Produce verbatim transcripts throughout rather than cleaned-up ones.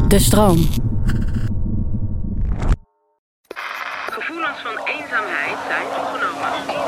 De stroom. Gevoelens van eenzaamheid zijn toegenomen.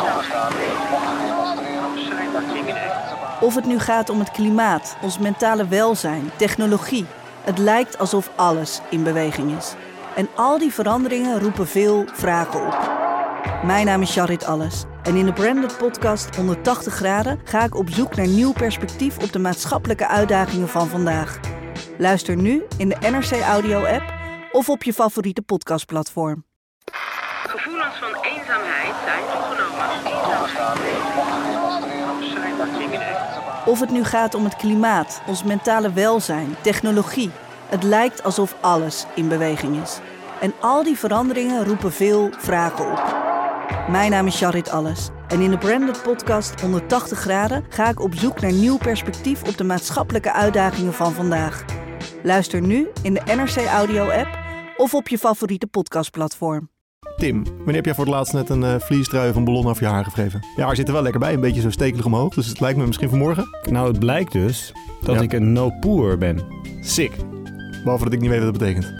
Of het nu gaat om het klimaat, ons mentale welzijn, technologie. Het lijkt alsof alles in beweging is. En al die veranderingen roepen veel vragen op. Mijn naam is Charit Alles. En in de Branded Podcast honderdtachtig graden ga ik op zoek naar nieuw perspectief op de maatschappelijke uitdagingen van vandaag. Luister nu in de N R C Audio app of op je favoriete podcastplatform. Gevoelens van eenzaamheid zijn toegenomen. Of het nu gaat om het klimaat, ons mentale welzijn, technologie. Het lijkt alsof alles in beweging is. En al die veranderingen roepen veel vragen op. Mijn naam is Charit Alles. En in de Branded Podcast honderdtachtig graden ga ik op zoek naar nieuw perspectief op de maatschappelijke uitdagingen van vandaag. Luister nu in de N R C Audio app of op je favoriete podcastplatform. Tim, wanneer heb jij voor het laatst net een uh, vliestrui van ballon over je haar gevreven? Ja, hij zit er wel lekker bij, een beetje zo stekelig omhoog, dus het lijkt me misschien vanmorgen. Nou, het blijkt dus dat Ja. ik een no-poer ben. Sick. Behalve dat ik niet weet wat dat betekent.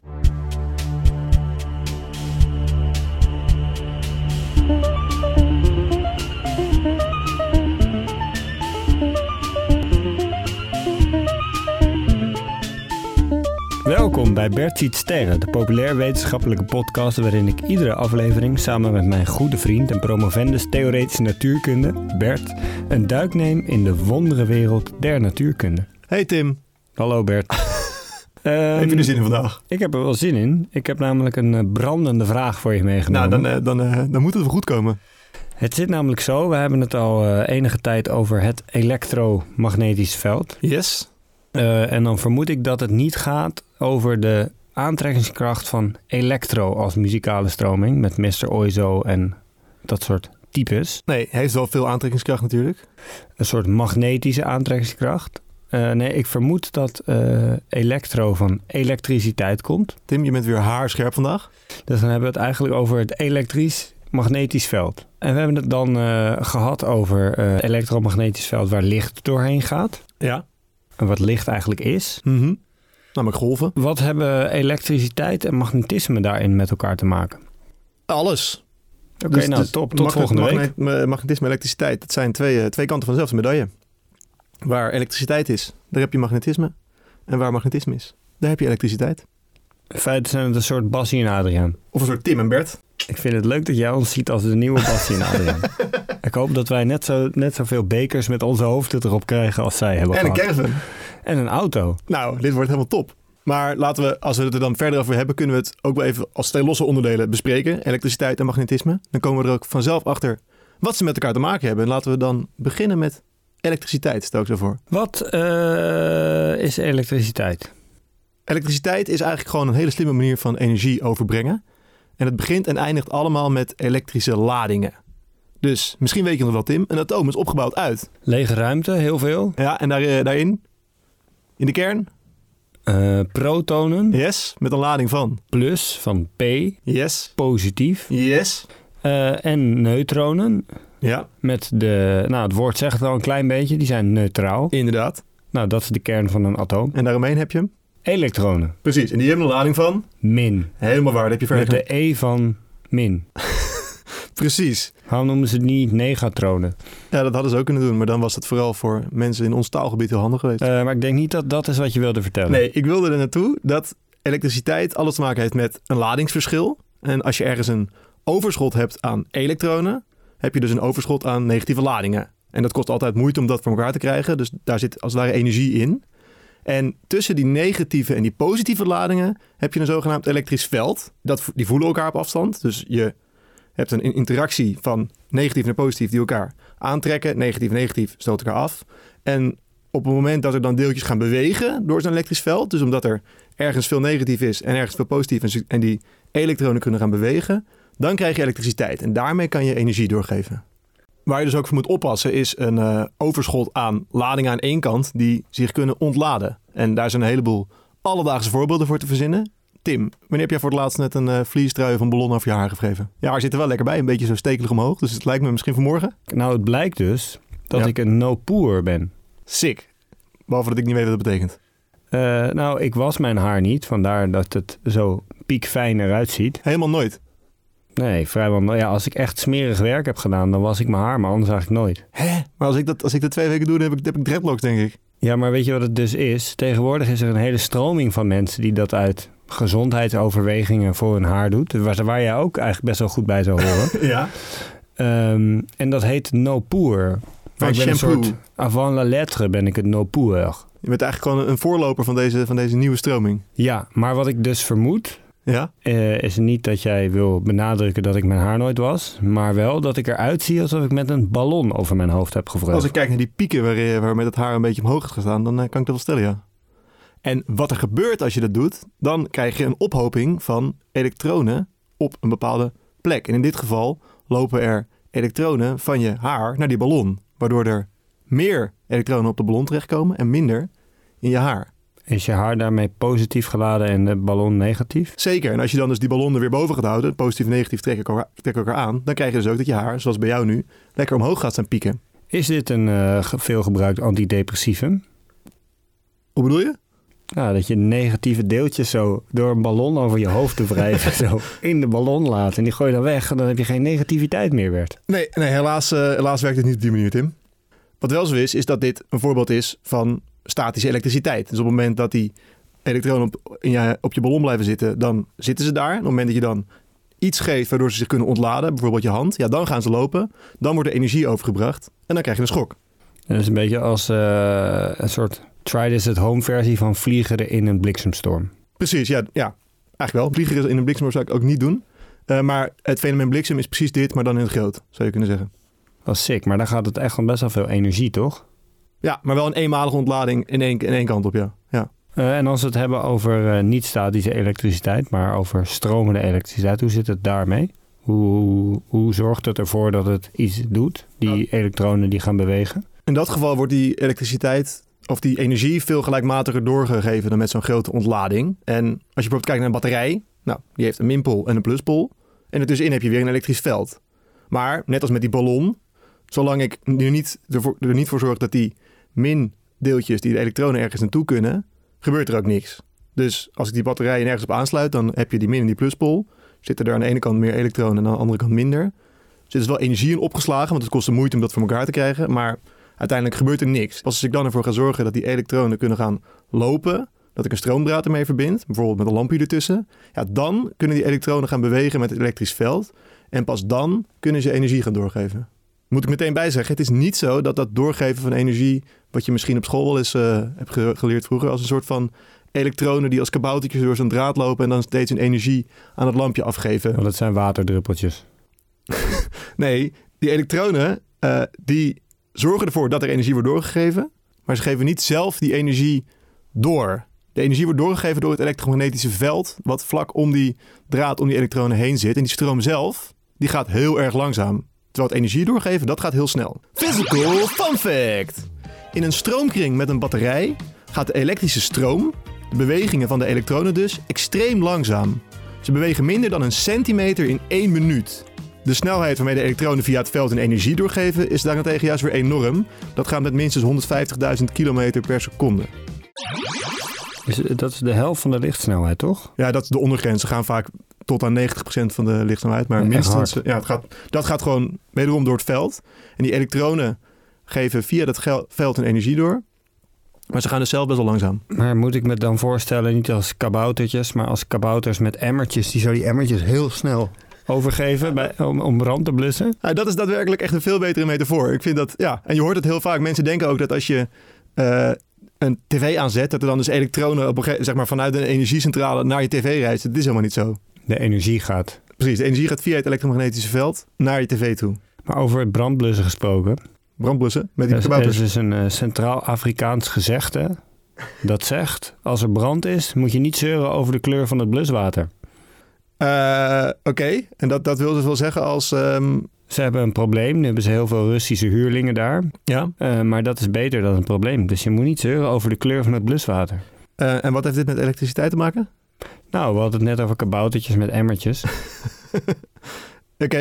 Welkom bij Bert Ziet Sterren, de populair wetenschappelijke podcast waarin ik iedere aflevering samen met mijn goede vriend en promovendus theoretische natuurkunde, Bert, een duik neem in de wonderenwereld der natuurkunde. Hey Tim, Hallo Bert. Ehm, heb je er zin in vandaag? Ik heb er wel zin in. Ik heb namelijk een uh, brandende vraag voor je meegenomen. Nou, dan, uh, dan, uh, dan moet het wel goed komen. Het zit namelijk zo, we hebben het al uh, enige tijd over het elektromagnetisch veld. Yes. Uh, en dan vermoed ik dat het niet gaat over de aantrekkingskracht van elektro als muzikale stroming met mister Oizo en dat soort types. Nee, hij heeft wel veel aantrekkingskracht natuurlijk. Een soort magnetische aantrekkingskracht. Uh, nee, ik vermoed dat uh, elektro van elektriciteit komt. Tim, je bent weer haarscherp vandaag. Dus dan hebben we het eigenlijk over het elektrisch magnetisch veld. En we hebben het dan uh, gehad over uh, elektromagnetisch veld waar licht doorheen gaat. Ja. En wat licht eigenlijk is. Mm-hmm. Namelijk golven. Wat hebben elektriciteit en magnetisme daarin met elkaar te maken? Alles. Oké, okay, Dus- nou dus top. Tot magne- volgende week. magne- Magnetisme en elektriciteit, dat zijn twee, uh, twee kanten van dezelfde medaille. Waar elektriciteit is, daar heb je magnetisme. En waar magnetisme is, daar heb je elektriciteit. In feite zijn het een soort Bassie en Adriaan. Of een soort Tim en Bert. Ik vind het leuk dat jij ons ziet als de nieuwe Bassie en Adriaan. Ik hoop dat wij net, zo, net zoveel bekers met onze hoofden erop krijgen als zij hebben En een gehad. caravan. En een auto. Nou, dit wordt helemaal top. Maar laten we, als we het er dan verder over hebben, kunnen we het ook wel even als twee losse onderdelen bespreken. Elektriciteit en magnetisme. Dan komen we er ook vanzelf achter wat ze met elkaar te maken hebben. En laten we dan beginnen met elektriciteit, stel ik zo voor. Wat uh, is elektriciteit? Elektriciteit is eigenlijk gewoon een hele slimme manier van energie overbrengen. En het begint en eindigt allemaal met elektrische ladingen. Dus, misschien weet je nog wel Tim, een atoom is opgebouwd uit. Lege ruimte, heel veel. Ja, en daar, uh, daarin, in de kern, Uh, protonen, yes, met een lading van. plus van P, Yes, positief. yes, Uh, en neutronen, ja, met de, nou het woord zegt het al een klein beetje, die zijn neutraal. inderdaad. Nou, dat is de kern van een atoom. En daaromheen heb je hem. Elektronen, Precies, en die hebben een lading van. min. Helemaal waar, dat heb je verder. Met de E van min. Precies. Waarom noemen ze het niet negatronen? Ja, dat hadden ze ook kunnen doen, maar dan was het vooral voor mensen in ons taalgebied heel handig geweest. Uh, maar ik denk niet dat dat is wat je wilde vertellen. Nee, ik wilde er naartoe dat elektriciteit alles te maken heeft met een ladingsverschil. En als je ergens een overschot hebt aan elektronen, heb je dus een overschot aan negatieve ladingen. En dat kost altijd moeite om dat voor elkaar te krijgen, dus daar zit als het ware energie in. En tussen die negatieve en die positieve ladingen heb je een zogenaamd elektrisch veld. Dat, die voelen elkaar op afstand, dus je hebt een interactie van negatief naar positief die elkaar aantrekken. Negatief en negatief stoten elkaar af. En op het moment dat er dan deeltjes gaan bewegen door zo'n elektrisch veld, dus omdat er ergens veel negatief is en ergens veel positief en, en die elektronen kunnen gaan bewegen, dan krijg je elektriciteit. En daarmee kan je energie doorgeven. Waar je dus ook voor moet oppassen is een uh, overschot aan ladingen aan één kant die zich kunnen ontladen. En daar zijn een heleboel alledaagse voorbeelden voor te verzinnen. Tim, wanneer heb jij voor het laatst net een uh, vliestrui van ballon over je haar gevreven? Ja, hij zit er wel lekker bij, een beetje zo stekelig omhoog. Dus het lijkt me misschien vanmorgen. Nou, het blijkt dus dat Ja. ik een no-poer ben. Sick. Behalve dat ik niet weet wat dat betekent. Uh, nou, ik was mijn haar niet. Vandaar dat het zo piekfijn eruit ziet. Helemaal nooit? Nee, vrijwel. Ja, als ik echt smerig werk heb gedaan, dan was ik mijn haar. Maar anders eigenlijk nooit. Hè? Maar als ik dat, als ik dat twee weken doe, dan heb ik, heb ik dreadlocks, denk ik. Ja, maar weet je wat het dus is? Tegenwoordig is er een hele stroming van mensen die dat uit gezondheidsoverwegingen voor hun haar doet. Waar, waar jij ook eigenlijk best wel goed bij zou horen. Ja. Um, en dat heet no-pour. Maar ik ben een soort avant la lettre ben ik het no-pour. Je bent eigenlijk gewoon een voorloper van deze, van deze nieuwe stroming. Ja, maar wat ik dus vermoed... Ja? Uh, is niet dat jij wil benadrukken dat ik mijn haar nooit was... maar wel dat ik eruit zie alsof ik met een ballon over mijn hoofd heb gevroren. Als ik kijk naar die pieken waar, waar met het haar een beetje omhoog is gestaan... dan uh, kan ik dat wel stellen, ja. En wat er gebeurt als je dat doet... dan krijg je een ophoping van elektronen op een bepaalde plek. En in dit geval lopen er elektronen van je haar naar die ballon... waardoor er meer elektronen op de ballon terechtkomen en minder in je haar. Is je haar daarmee positief geladen en de ballon negatief? Zeker. En als je dan dus die ballon er weer boven gaat houden, positief en negatief trekken elkaar, trekken elkaar aan, dan krijg je dus ook dat je haar, zoals bij jou nu, lekker omhoog gaat staan pieken. Is dit een uh, veelgebruikt antidepressivum? Hoe bedoel je? Nou, dat je negatieve deeltjes zo door een ballon over je hoofd te wrijven zo in de ballon laat. En die gooi je dan weg en dan heb je geen negativiteit meer, Bert. Nee, nee helaas, uh, helaas werkt het niet op die manier, Tim. Wat wel zo is, is dat dit een voorbeeld is van statische elektriciteit. Dus op het moment dat die elektronen op, in je, op je ballon blijven zitten, dan zitten ze daar. En op het moment dat je dan iets geeft waardoor ze zich kunnen ontladen, bijvoorbeeld je hand, ja, dan gaan ze lopen. Dan wordt er energie overgebracht en dan krijg je een schok. En dat is een beetje als uh, een soort try this at home versie van vliegeren in een bliksemstorm. Precies, ja, ja eigenlijk wel. Vliegeren in een bliksemstorm zou ik ook niet doen. Uh, maar het fenomeen bliksem is precies dit, maar dan in het groot, zou je kunnen zeggen. Dat is sick, maar dan gaat het echt om best wel veel energie, toch? Ja, maar wel een eenmalige ontlading in één, in één kant op, ja. ja. Uh, en als we het hebben over uh, niet-statische elektriciteit, maar over stromende elektriciteit, hoe zit het daarmee? Hoe, hoe zorgt het ervoor dat het iets doet, die ja. elektronen die gaan bewegen? In dat geval wordt die elektriciteit of die energie veel gelijkmatiger doorgegeven dan met zo'n grote ontlading. En als je bijvoorbeeld kijkt naar een batterij, nou, die heeft een minpool en een pluspol. En ertussenin heb je weer een elektrisch veld. Maar, net als met die ballon, zolang ik er niet, ervoor, er niet voor zorg dat die mindeeltjes, die de elektronen ergens naartoe kunnen, gebeurt er ook niks. Dus als ik die batterij nergens op aansluit, dan heb je die min- en die pluspol. Zitten er aan de ene kant meer elektronen en aan de andere kant minder. Er zit dus wel energie in opgeslagen, want het kost de moeite om dat voor elkaar te krijgen. Maar uiteindelijk gebeurt er niks. Pas als ik dan ervoor ga zorgen dat die elektronen kunnen gaan lopen, dat ik een stroomdraad ermee verbind, bijvoorbeeld met een lampje ertussen, ja, dan kunnen die elektronen gaan bewegen met het elektrisch veld. En pas dan kunnen ze energie gaan doorgeven. Moet ik meteen bijzeggen, het is niet zo dat dat doorgeven van energie, wat je misschien op school wel eens uh, hebt ge- geleerd vroeger, als een soort van elektronen die als kaboutertjes door zo'n draad lopen en dan steeds hun energie aan het lampje afgeven. Oh, dat zijn waterdruppeltjes. Nee, die elektronen uh, die zorgen ervoor dat er energie wordt doorgegeven, maar ze geven niet zelf die energie door. De energie wordt doorgegeven door het elektromagnetische veld wat vlak om die draad, om die elektronen heen zit. En die stroom zelf, die gaat heel erg langzaam. Terwijl het energie doorgeven, dat gaat heel snel. Physical fun fact! In een stroomkring met een batterij gaat de elektrische stroom, de bewegingen van de elektronen dus, extreem langzaam. Ze bewegen minder dan een centimeter in één minuut. De snelheid waarmee de elektronen via het veld hun energie doorgeven is daarentegen juist weer enorm. Dat gaat met minstens honderdvijftigduizend kilometer per seconde. Is, dat is de helft van de lichtsnelheid, toch? Ja, dat is de ondergrens. Ze gaan vaak tot aan negentig procent van de lichtsnelheid. Maar ja, minstens, ja, het gaat, dat gaat gewoon wederom door het veld. En die elektronen geven via dat gel- veld hun energie door. Maar ze gaan dus zelf best wel langzaam. Maar moet ik me dan voorstellen, niet als kaboutertjes, maar als kabouters met emmertjes, die zo die emmertjes heel snel overgeven bij, om, om brand te blussen? Ja, dat is daadwerkelijk echt een veel betere metafoor. Ik vind dat, ja. En je hoort het heel vaak. Mensen denken ook dat als je uh, een tv aanzet, dat er dan dus elektronen op een ge- zeg maar vanuit een energiecentrale naar je tv reizen. Dat is helemaal niet zo. De energie gaat. Precies, de energie gaat via het elektromagnetische veld naar je tv toe. Maar over het brandblussen gesproken. Brandblussen? Met die er, kabouters. Er is dus een uh, Centraal-Afrikaans gezegde dat zegt, als er brand is, moet je niet zeuren over de kleur van het bluswater. Uh, Oké, okay. En dat, dat wil dus wel zeggen als... Um... Ze hebben een probleem. Nu hebben ze heel veel Russische huurlingen daar. Ja. Uh, maar dat is beter dan een probleem. Dus je moet niet zeuren over de kleur van het bluswater. Uh, en wat heeft dit met elektriciteit te maken? Nou, we hadden het net over kaboutertjes met emmertjes. Oké. Okay.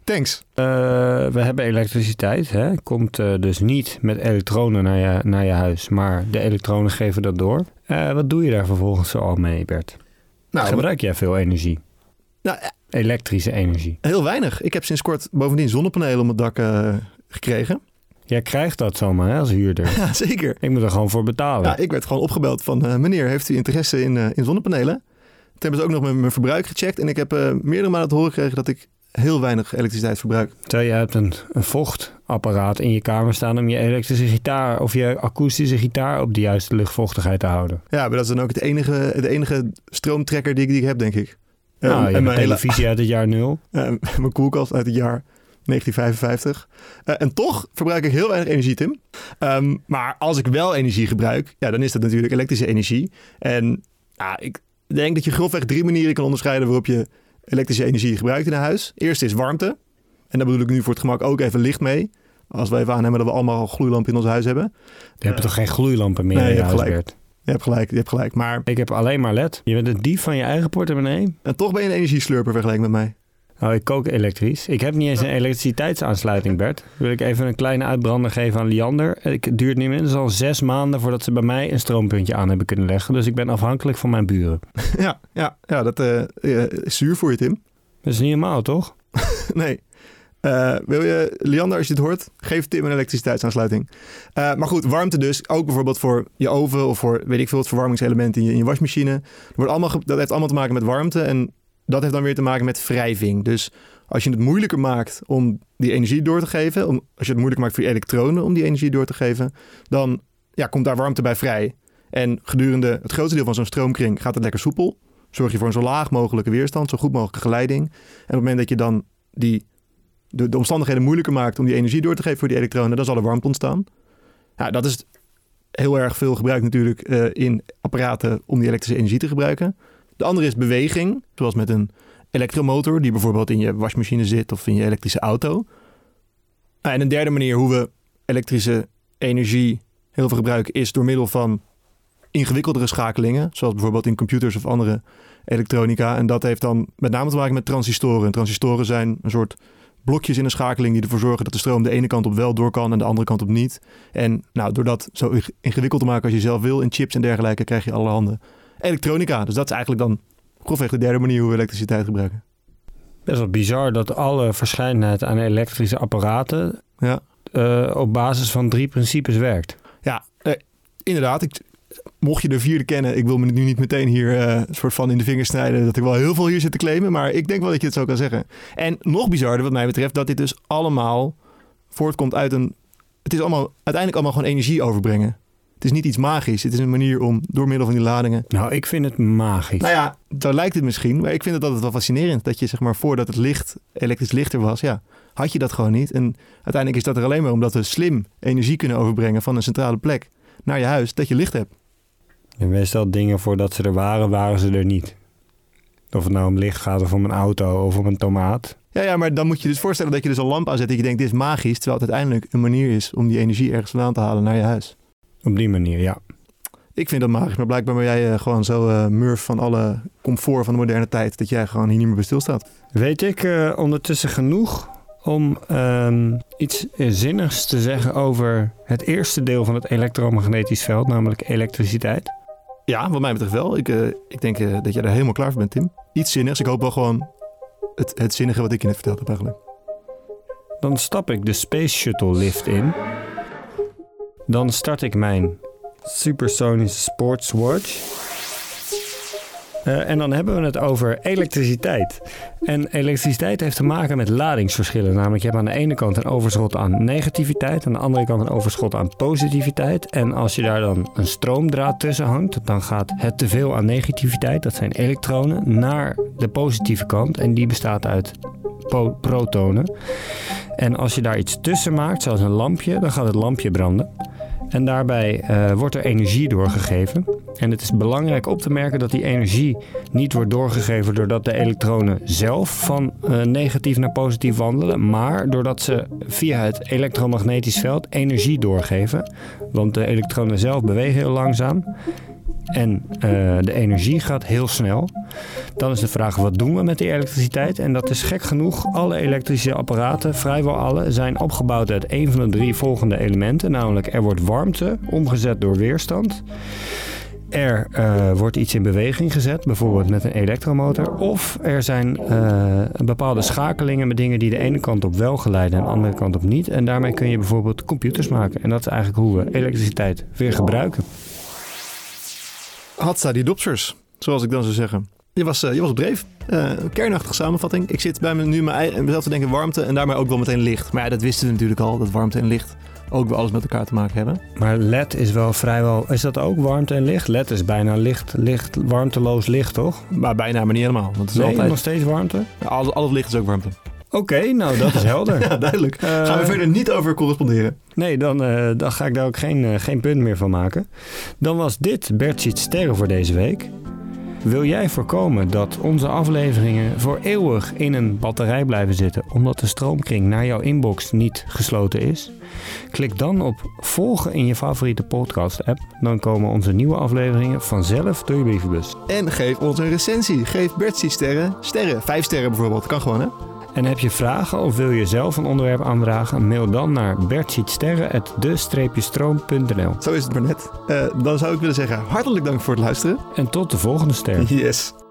Thanks. Uh, we hebben elektriciteit. Hè? Komt uh, dus niet met elektronen naar je, naar je huis, maar de elektronen geven dat door. Uh, wat doe je daar vervolgens zo al mee, Bert? Nou, Gebruik jij veel energie? Nou, elektrische energie? Heel weinig. Ik heb sinds kort bovendien zonnepanelen op mijn dak uh, gekregen. Jij krijgt dat zomaar hè, als huurder. Ja, zeker. Ik moet er gewoon voor betalen. Ja, ik werd gewoon opgebeld van uh, meneer, heeft u interesse in, uh, in zonnepanelen? Toen hebben ze ook nog mijn, mijn verbruik gecheckt en ik heb uh, meerdere malen te horen gekregen dat ik heel weinig elektriciteit verbruik. Stel, je hebt een, een vochtapparaat in je kamer staan om je elektrische gitaar of je akoestische gitaar op de juiste luchtvochtigheid te houden. Ja, maar dat is dan ook het enige, de enige stroomtrekker die ik, die ik heb, denk ik. Nou, uh, je hebt een televisie hele... uit het jaar nul. Uh, mijn koelkast uit het jaar negentien vijfenvijftig. Uh, en toch verbruik ik heel weinig energie, Tim. Um, maar als ik wel energie gebruik, ja, dan is dat natuurlijk elektrische energie. En ja, ik denk dat je grofweg drie manieren kan onderscheiden waarop je elektrische energie gebruikt in een huis. Eerst is warmte. En daar bedoel ik nu voor het gemak ook even licht mee. Als we even aannemen dat we allemaal gloeilampen in ons huis hebben. Je hebt uh, toch geen gloeilampen meer nee, in je, je huis, gelijk. Bert? Je hebt gelijk, je hebt gelijk. Maar ik heb alleen maar L E D. Je bent een dief van je eigen portemonnee. En toch ben je een energieslurper vergeleken met mij. Nou, ik kook elektrisch. Ik heb niet eens een elektriciteitsaansluiting, Bert. Wil ik even een kleine uitbrander geven aan Liander. Het duurt nu minstens al zes maanden voordat ze bij mij een stroompuntje aan hebben kunnen leggen. Dus ik ben afhankelijk van mijn buren. Ja, ja, ja dat uh, is zuur voor je, Tim. Dat is niet normaal, toch? Nee. Uh, wil je, Liander, als je het hoort, geef Tim een elektriciteitsaansluiting. Uh, maar goed, warmte dus. Ook bijvoorbeeld voor je oven of voor, weet ik veel, het verwarmingselement in je, in je wasmachine. Dat, wordt allemaal, dat heeft allemaal te maken met warmte en dat heeft dan weer te maken met wrijving. Dus als je het moeilijker maakt om die energie door te geven, om, als je het moeilijker maakt voor je elektronen om die energie door te geven, dan ja, komt daar warmte bij vrij. En gedurende het grootste deel van zo'n stroomkring gaat het lekker soepel. Zorg je voor een zo laag mogelijke weerstand, zo goed mogelijke geleiding. En op het moment dat je dan die, de, de omstandigheden moeilijker maakt om die energie door te geven voor die elektronen, dan zal er warmte ontstaan. Ja, dat is heel erg veel gebruikt natuurlijk uh, in apparaten om die elektrische energie te gebruiken. De andere is beweging, zoals met een elektromotor die bijvoorbeeld in je wasmachine zit of in je elektrische auto. En een derde manier hoe we elektrische energie heel veel gebruiken is door middel van ingewikkeldere schakelingen, zoals bijvoorbeeld in computers of andere elektronica. En dat heeft dan met name te maken met transistoren. En transistoren zijn een soort blokjes in een schakeling die ervoor zorgen dat de stroom de ene kant op wel door kan en de andere kant op niet. En nou, door dat zo ingewikkeld te maken als je zelf wil in chips en dergelijke, krijg je allerhande elektronica. Dus dat is eigenlijk dan grofweg de derde manier hoe we elektriciteit gebruiken. Best wel bizar dat alle verscheidenheid aan elektrische apparaten ja. uh, op basis van drie principes werkt. Ja, eh, inderdaad. Ik, mocht je de vierde kennen, ik wil me nu niet meteen hier uh, soort van in de vingers snijden dat ik wel heel veel hier zit te claimen, maar ik denk wel dat je het zo kan zeggen. En nog bizarder wat mij betreft, dat dit dus allemaal voortkomt uit een... Het is allemaal uiteindelijk allemaal gewoon energie overbrengen. Het is niet iets magisch. Het is een manier om door middel van die ladingen... Nou, ik vind het magisch. Nou ja, daar lijkt het misschien. Maar ik vind het altijd wel fascinerend. Dat je zeg maar voordat het licht, elektrisch lichter was, ja, had je dat gewoon niet. En uiteindelijk is dat er alleen maar omdat we slim energie kunnen overbrengen van een centrale plek naar je huis, dat je licht hebt. En meestal dingen voordat ze er waren, waren ze er niet. Of het nou om licht gaat of om een auto of om een tomaat. Ja, ja, maar dan moet je dus voorstellen dat je dus een lamp aanzet en je denkt, dit is magisch. Terwijl het uiteindelijk een manier is om die energie ergens vandaan te halen naar je huis. Op die manier, ja. Ik vind dat magisch, maar blijkbaar ben jij uh, gewoon zo uh, murf van alle comfort van de moderne tijd, dat jij gewoon hier niet meer bij stilstaat. Weet ik uh, ondertussen genoeg om um, iets zinnigs te zeggen over het eerste deel van het elektromagnetisch veld, namelijk elektriciteit? Ja, wat mij betreft wel. Ik, uh, ik denk uh, dat jij er helemaal klaar voor bent, Tim. Iets zinnigs. Ik hoop wel gewoon het, het zinnige wat ik je net verteld heb eigenlijk. Dan stap ik de Space Shuttle lift in. Dan start ik mijn supersonische sportswatch. Uh, en dan hebben we het over elektriciteit. En elektriciteit heeft te maken met ladingsverschillen. Namelijk je hebt aan de ene kant een overschot aan negativiteit. Aan de andere kant een overschot aan positiviteit. En als je daar dan een stroomdraad tussen hangt, dan gaat het teveel aan negativiteit, dat zijn elektronen, naar de positieve kant. En die bestaat uit po- protonen. En als je daar iets tussen maakt, zoals een lampje, dan gaat het lampje branden. En daarbij uh, wordt er energie doorgegeven. En het is belangrijk op te merken dat die energie niet wordt doorgegeven doordat de elektronen zelf van uh, negatief naar positief wandelen, maar doordat ze via het elektromagnetisch veld energie doorgeven. Want de elektronen zelf bewegen heel langzaam. en uh, de energie gaat heel snel. Dan is de vraag, wat doen we met die elektriciteit? En dat is gek genoeg. Alle elektrische apparaten, vrijwel alle, zijn opgebouwd uit één van de drie volgende elementen. Namelijk, er wordt warmte omgezet door weerstand. Er uh, wordt iets in beweging gezet, bijvoorbeeld met een elektromotor. Of er zijn uh, bepaalde schakelingen met dingen die de ene kant op wel geleiden en de andere kant op niet. En daarmee kun je bijvoorbeeld computers maken. En dat is eigenlijk hoe we elektriciteit weer gebruiken. Hatsa die dopsers, zoals ik dan zou zeggen. Je was, uh, je was op dreef. Uh, kernachtige samenvatting. Ik zit bij me nu mijn, mezelf te denken warmte en daarmee ook wel meteen licht. Maar ja, dat wisten we natuurlijk al, dat warmte en licht ook wel alles met elkaar te maken hebben. Maar L E D is wel vrijwel... Is dat ook warmte en licht? L E D is bijna licht, licht, warmteloos licht, toch? Maar bijna, maar niet helemaal. Want het is nee, altijd... nog steeds warmte? Ja, al, al het licht is ook warmte. Oké, okay, nou dat is helder. Ja, duidelijk. Uh, Gaan we verder niet over corresponderen. Nee, dan, uh, dan ga ik daar ook geen, uh, geen punt meer van maken. Dan was dit Bert ziet sterren voor deze week. Wil jij voorkomen dat onze afleveringen voor eeuwig in een batterij blijven zitten omdat de stroomkring naar jouw inbox niet gesloten is? Klik dan op volgen in je favoriete podcast-app. Dan komen onze nieuwe afleveringen vanzelf door je brievenbus. En geef ons een recensie. Geef Bert ziet sterren sterren. Vijf sterren bijvoorbeeld. Kan gewoon, hè? En heb je vragen of wil je zelf een onderwerp aandragen? Mail dan naar bertzietsterren apenstaartje de stroom punt n l. Zo is het maar net. Uh, dan zou ik willen zeggen, hartelijk dank voor het luisteren. En tot de volgende ster. Yes.